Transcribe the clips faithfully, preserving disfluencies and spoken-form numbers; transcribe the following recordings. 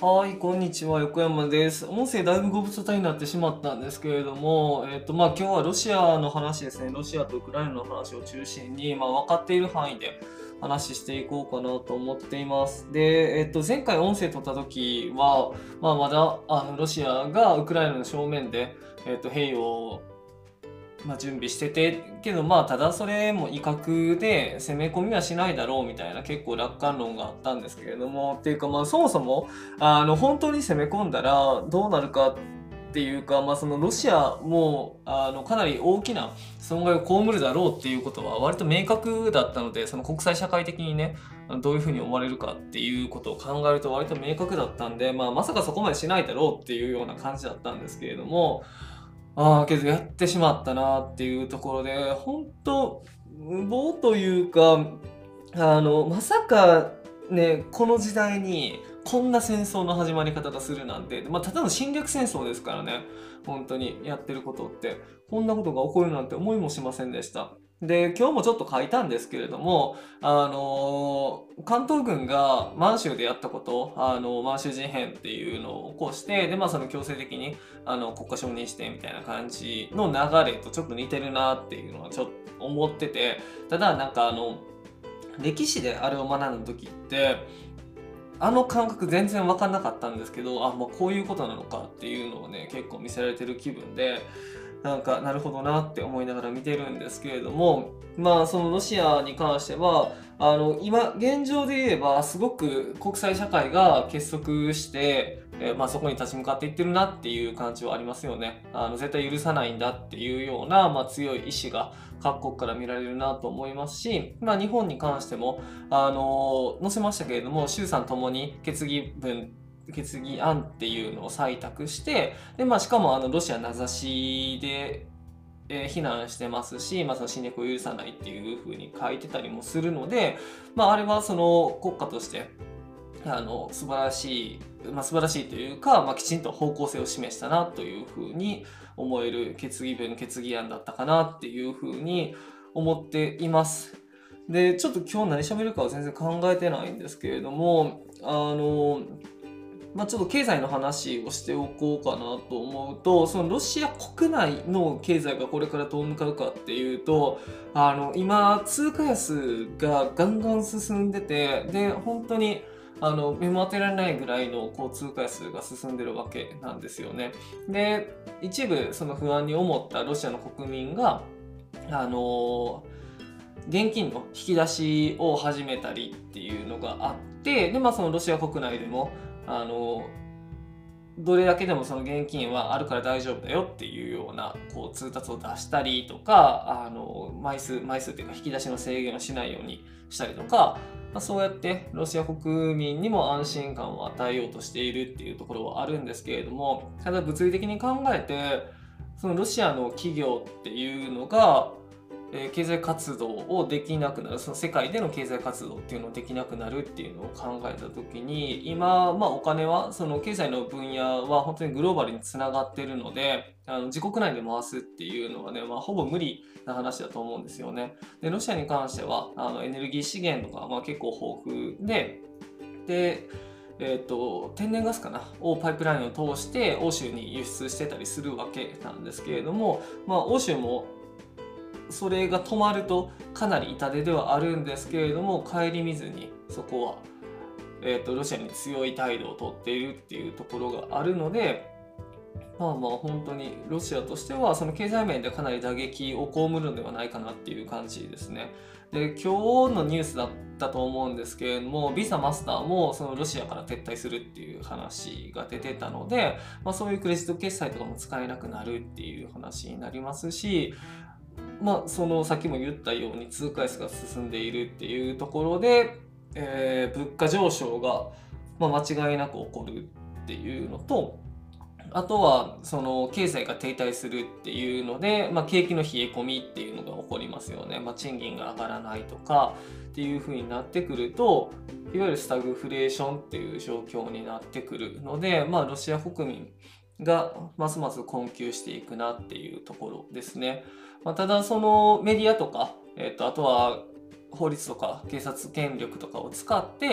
はい、こんにちは、横山です。音声だいぶご無沙汰になってしまったんですけれども、えっと、まあ、今日はロシアの話ですね。ロシアとウクライナの話を中心に、まあ、分かっている範囲で話していこうかなと思っています。で、えっと、前回音声取った時は、まあ、まだ、あの、ロシアがウクライナの正面で、えっと、兵をまあ、準備しててけど、まあただそれも威嚇で攻め込みはしないだろうみたいな結構楽観論があったんですけれども、っていうかまあそもそもあの本当に攻め込んだらどうなるかっていうか、まあ、そのロシアもあのかなり大きな損害を被るだろうっていうことは割と明確だったので、その国際社会的にねどういうふうに思われるかっていうことを考えると割と明確だったんで、まあ、まさかそこまでしないだろうっていうような感じだったんですけれども、ああ、けどやってしまったなっていうところで、本当無謀というか、あの、まさかね、この時代にこんな戦争の始まり方がするなんて、まあ、ただの侵略戦争ですからね、本当にやってることって、こんなことが起こるなんて思いもしませんでした。で、今日もちょっと書いたんですけれども、あの関東軍が満州でやったこと、あの満州事変っていうのを起こして、で、まあ、その強制的にあの国家承認してみたいな感じの流れとちょっと似てるなっていうのはちょっと思ってて、ただなんかあの歴史であれを学んだ時ってあの感覚全然分かんなかったんですけど、あ、まあ、こういうことなのかっていうのをね結構見せられてる気分で、なんかなるほどなって思いながら見てるんですけれども、まあそのロシアに関してはあの今現状で言えばすごく国際社会が結束して、えーまあ、そこに立ち向かっていってるなっていう感じはありますよね。あの絶対許さないんだっていうような、まあ、強い意志が各国から見られるなと思いますし、まあ、日本に関してもあの載せましたけれども、衆参ともに決議文決議案っていうのを採択して、で、まあ、しかもあのロシア名指しで、えー非難してますし、まあ、その侵略を許さないっていうふうに書いてたりもするので、まあ、あれはその国家としてあの素晴らしい、まあ、素晴らしいというか、まあ、きちんと方向性を示したなというふうに思える決議文決議案だったかなっていうふうに思っています。で、ちょっと今日何喋るかは全然考えてないんですけれども、あのまあ、ちょっと経済の話をしておこうかなと思うと、そのロシア国内の経済がこれからどう向かうかっていうと、あの今通貨安がガンガン進んでて、で本当にあの目も当てられないぐらいのこう通貨安が進んでるわけなんですよね。で、一部その不安に思ったロシアの国民があの現金の引き出しを始めたりっていうのがあって、でまあそのロシア国内でもあのどれだけでもその現金はあるから大丈夫だよっていうようなこう通達を出したりとか、あの枚数枚数っていうか引き出しの制限をしないようにしたりとか、まあ、そうやってロシア国民にも安心感を与えようとしているっていうところはあるんですけれども、ただ物理的に考えてそのロシアの企業っていうのがえー経済活動をできなくなる、その世界での経済活動っていうのをできなくなるっていうのを考えた時に、今、まあ、お金はその経済の分野は本当にグローバルにつながってるので、あの自国内で回すっていうのはね、まあ、ほぼ無理な話だと思うんですよね。でロシアに関してはあのエネルギー資源とか、まあ、結構豊富で、でえーと、天然ガスかなをパイプラインを通して欧州に輸出してたりするわけなんですけれども、まあ、欧州もそれが止まるとかなり痛手ではあるんですけれども、顧みずにそこは、えーと、ロシアに強い態度をとっているっていうところがあるので、まあまあ本当にロシアとしてはその経済面でかなり打撃を被るのではないかなっていう感じですね。で、今日のニュースだったと思うんですけれども、ビザマスターもそのロシアから撤退するっていう話が出てたので、まあ、そういうクレジット決済とかも使えなくなるっていう話になりますし、まあ、そのさっきも言ったように通貨安が進んでいるっていうところで、えー物価上昇が、まあ、間違いなく起こるっていうのと、あとはその経済が停滞するっていうので、まあ、景気の冷え込みっていうのが起こりますよね。まあ、賃金が上がらないとかっていう風になってくると、いわゆるスタグフレーションっていう状況になってくるので、まあ、ロシア国民がますます困窮していくなっていうところですね。まあ、ただそのメディアとか、えっと、あとは法律とか警察権力とかを使って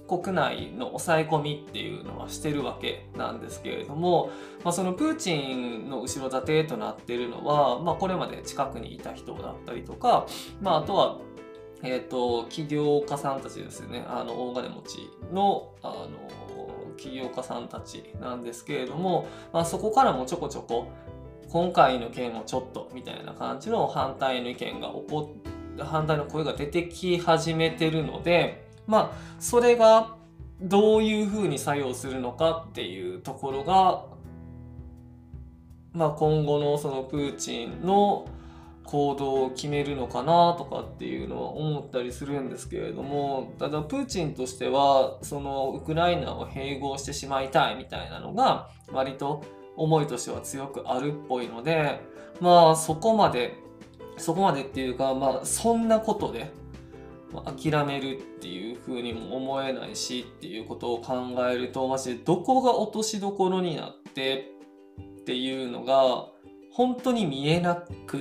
国内の抑え込みっていうのはしてるわけなんですけれども、まあ、そのプーチンの後ろ盾となっているのは、まあ、これまで近くにいた人だったりとか、まあ、あとは、えーと、起業家さんたちですよね。あの大金持ちの、あの起業家さんたちなんですけれども、まあ、そこからもちょこちょこ今回の件もちょっとみたいな感じの反対の意見が起こっ反対の声が出てき始めてるので、まあそれがどういうふうに作用するのかっていうところが、まあ、今後のそのプーチンの行動を決めるのかなとかっていうのは思ったりするんですけれども、ただプーチンとしてはそのウクライナを併合してしまいたいみたいなのが割と思いとしては強くあるっぽいので、まあそこまでそこまでっていうか、まあそんなことで諦めるっていうふうにも思えないしっていうことを考えると、マジでどこが落としどころになってっていうのが本当に見えなくって、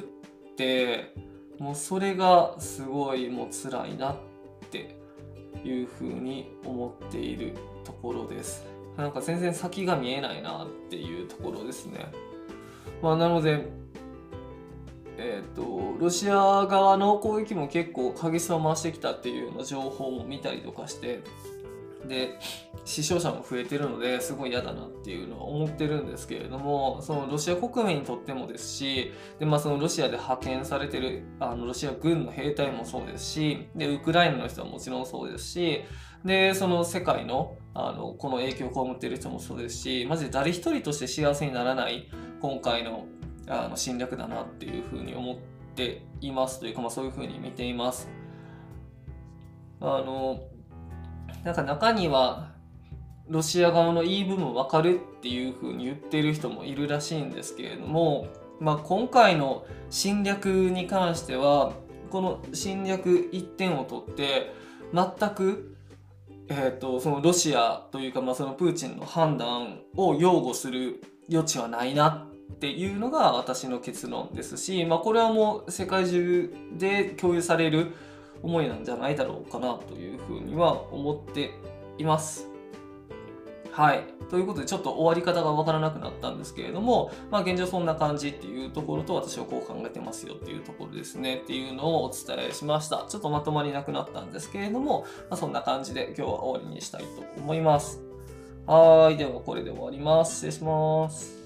もうそれがすごいもう辛いなっていうふうに思っているところです。なんか全然先が見えないなっていうところですね。まあなのでえー、とロシア側の攻撃も結構激しさを増してきたっていうような情報も見たりとかして、で死傷者も増えてるのですごい嫌だなっていうのは思ってるんですけれども、そのロシア国民にとってもですし、で、まあ、そのロシアで派遣されてるあのロシア軍の兵隊もそうですし、でウクライナの人はもちろんそうですし、でその世界のあのこの影響を被っている人もそうですし、マジで誰一人として幸せにならない今回のあの侵略だなっていうふうに思っていますというか、まあ、そういうふうに見ています。あのなんか中にはロシア側のいい部分分かるっていうふうに言っている人もいるらしいんですけれども、まあ、今回の侵略に関してはこの侵略一点を取って全く、えーと、そのロシアというか、まあ、そのプーチンの判断を擁護する余地はないなっていうのが私の結論ですし、まあ、これはもう世界中で共有される思いなんじゃないだろうかなというふうには思っています。はい。ということでちょっと終わり方がわからなくなったんですけれども、まあ現状そんな感じっていうところと、私はこう考えてますよっていうところですねっていうのをお伝えしました。ちょっとまとまりなくなったんですけれども、まあ、そんな感じで今日は終わりにしたいと思います。はい。ではこれで終わります。失礼します。